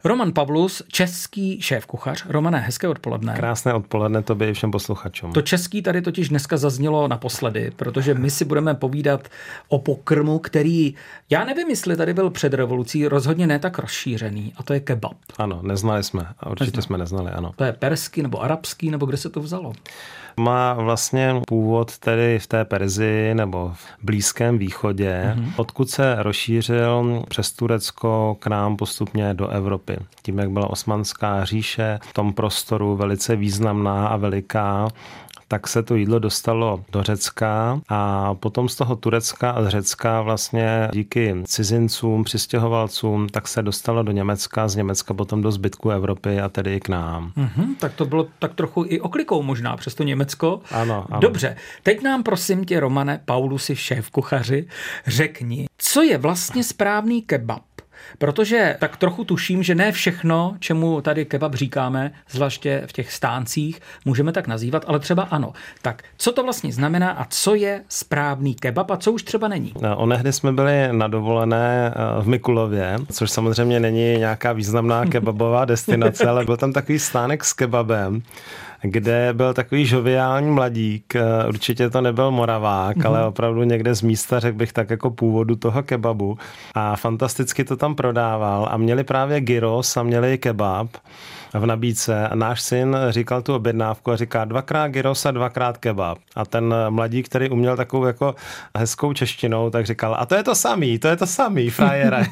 Roman Pavlus, český šéfkuchař. Romane, hezké odpoledne. Krásné odpoledne tobě i všem posluchačům. To český tady totiž dneska zaznělo naposledy, protože my si budeme povídat o pokrmu, který, já nevím, jestli tady byl před revolucí, rozhodně ne tak rozšířený, a to je kebab. Ano, neznali jsme. A určitě jsme neznali, ano. To je perský nebo arabský, nebo kde se to vzalo? Má vlastně původ tedy v té Perzii nebo v Blízkém východě, odkud se rozšířil přes Turecko k nám postupně do Evropy. Tím, jak byla Osmanská říše v tom prostoru velice významná a veliká, tak se to jídlo dostalo do Řecka a potom z toho Turecka a z Řecka vlastně díky cizincům, přistěhovalcům, tak se dostalo do Německa, z Německa potom do zbytku Evropy a tedy i k nám. Tak to bylo tak trochu i oklikou možná přes to Německo. Ano. Dobře, teď nám prosím tě, Romane Paulusi, šéfkuchaři, řekni, co je vlastně správný kebab? Protože tak trochu tuším, že ne všechno, čemu tady kebab říkáme, zvláště v těch stáncích, můžeme tak nazývat, ale třeba ano. Tak co to vlastně znamená a co je správný kebab a co už třeba není? Onehdy jsme byli na dovolené v Mikulově, což samozřejmě není nějaká významná kebabová destinace, ale byl tam takový stánek s kebabem, kde byl takový žoviální mladík, určitě to nebyl Moravák, ale opravdu někde z místa, řekl bych tak jako původu toho kebabu a fantasticky to tam prodával a měli právě gyros a měli kebab v nabídce a náš syn říkal tu objednávku a říká 2x gyros a 2x kebab a ten mladík, který uměl takovou jako hezkou češtinou, tak říkal a to je to samý, frajere.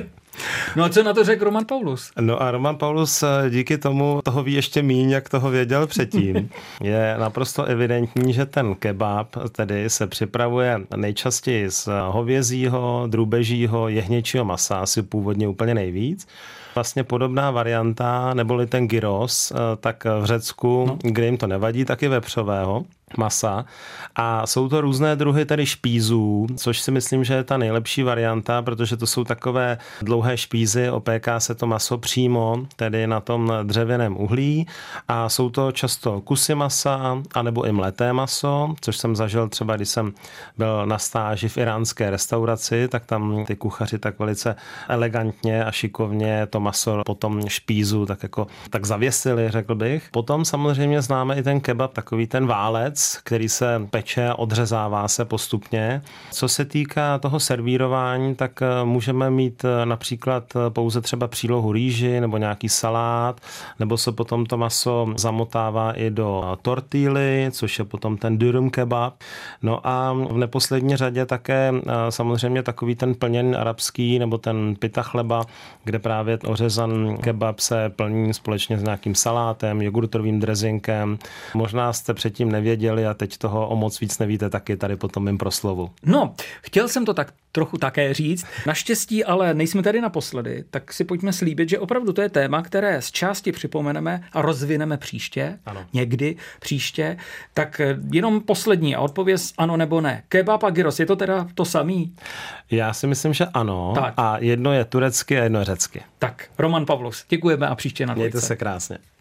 No a co na to řekl Roman Paulus? No a Roman Paulus díky tomu toho ví ještě míň, jak toho věděl předtím. Je naprosto evidentní, že ten kebab tedy se připravuje nejčastěji z hovězího, drůbežího, jehněčího masa, asi původně úplně nejvíc. Vlastně podobná varianta, neboli ten gyros, tak v Řecku, kde jim to nevadí, tak i vepřového masa. A jsou to různé druhy tedy špízů, což si myslím, že je ta nejlepší varianta, protože to jsou takové dlouhé špízy, opéká se to maso přímo, tedy na tom dřevěném uhlí a jsou to často kusy masa, anebo i mleté maso, což jsem zažil třeba, když jsem byl na stáži v iránské restauraci, tak tam ty kuchaři tak velice elegantně a šikovně to maso po tom špízu tak zavěsili, řekl bych. Potom samozřejmě známe i ten kebab, takový ten válec, který se peče a odřezává se postupně. Co se týká toho servírování, tak můžeme mít například pouze třeba přílohu rýži nebo nějaký salát, nebo se potom to maso zamotává i do tortíly, což je potom ten dürüm kebab. No a v neposlední řadě také samozřejmě takový ten plněn arabský nebo ten pita chleba, kde právě ořezan kebab se plní společně s nějakým salátem, jogurtovým drezinkem. Možná jste předtím nevěděli a teď toho o moc víc nevíte taky tady po tom mým proslovu. No, chtěl jsem to tak trochu také říct. Naštěstí ale nejsme tady naposledy, tak si pojďme slíbit, že opravdu to je téma, které z části připomeneme a rozvineme příště. Ano. Někdy příště. Tak jenom poslední a odpověz ano nebo ne. Kebab a gyros, je to teda to samý? Já si myslím, že ano. Tak. A jedno je turecky a jedno je řecky. Tak, Roman Pavlus, děkujeme a příště na dvojce. Mějte se krásně.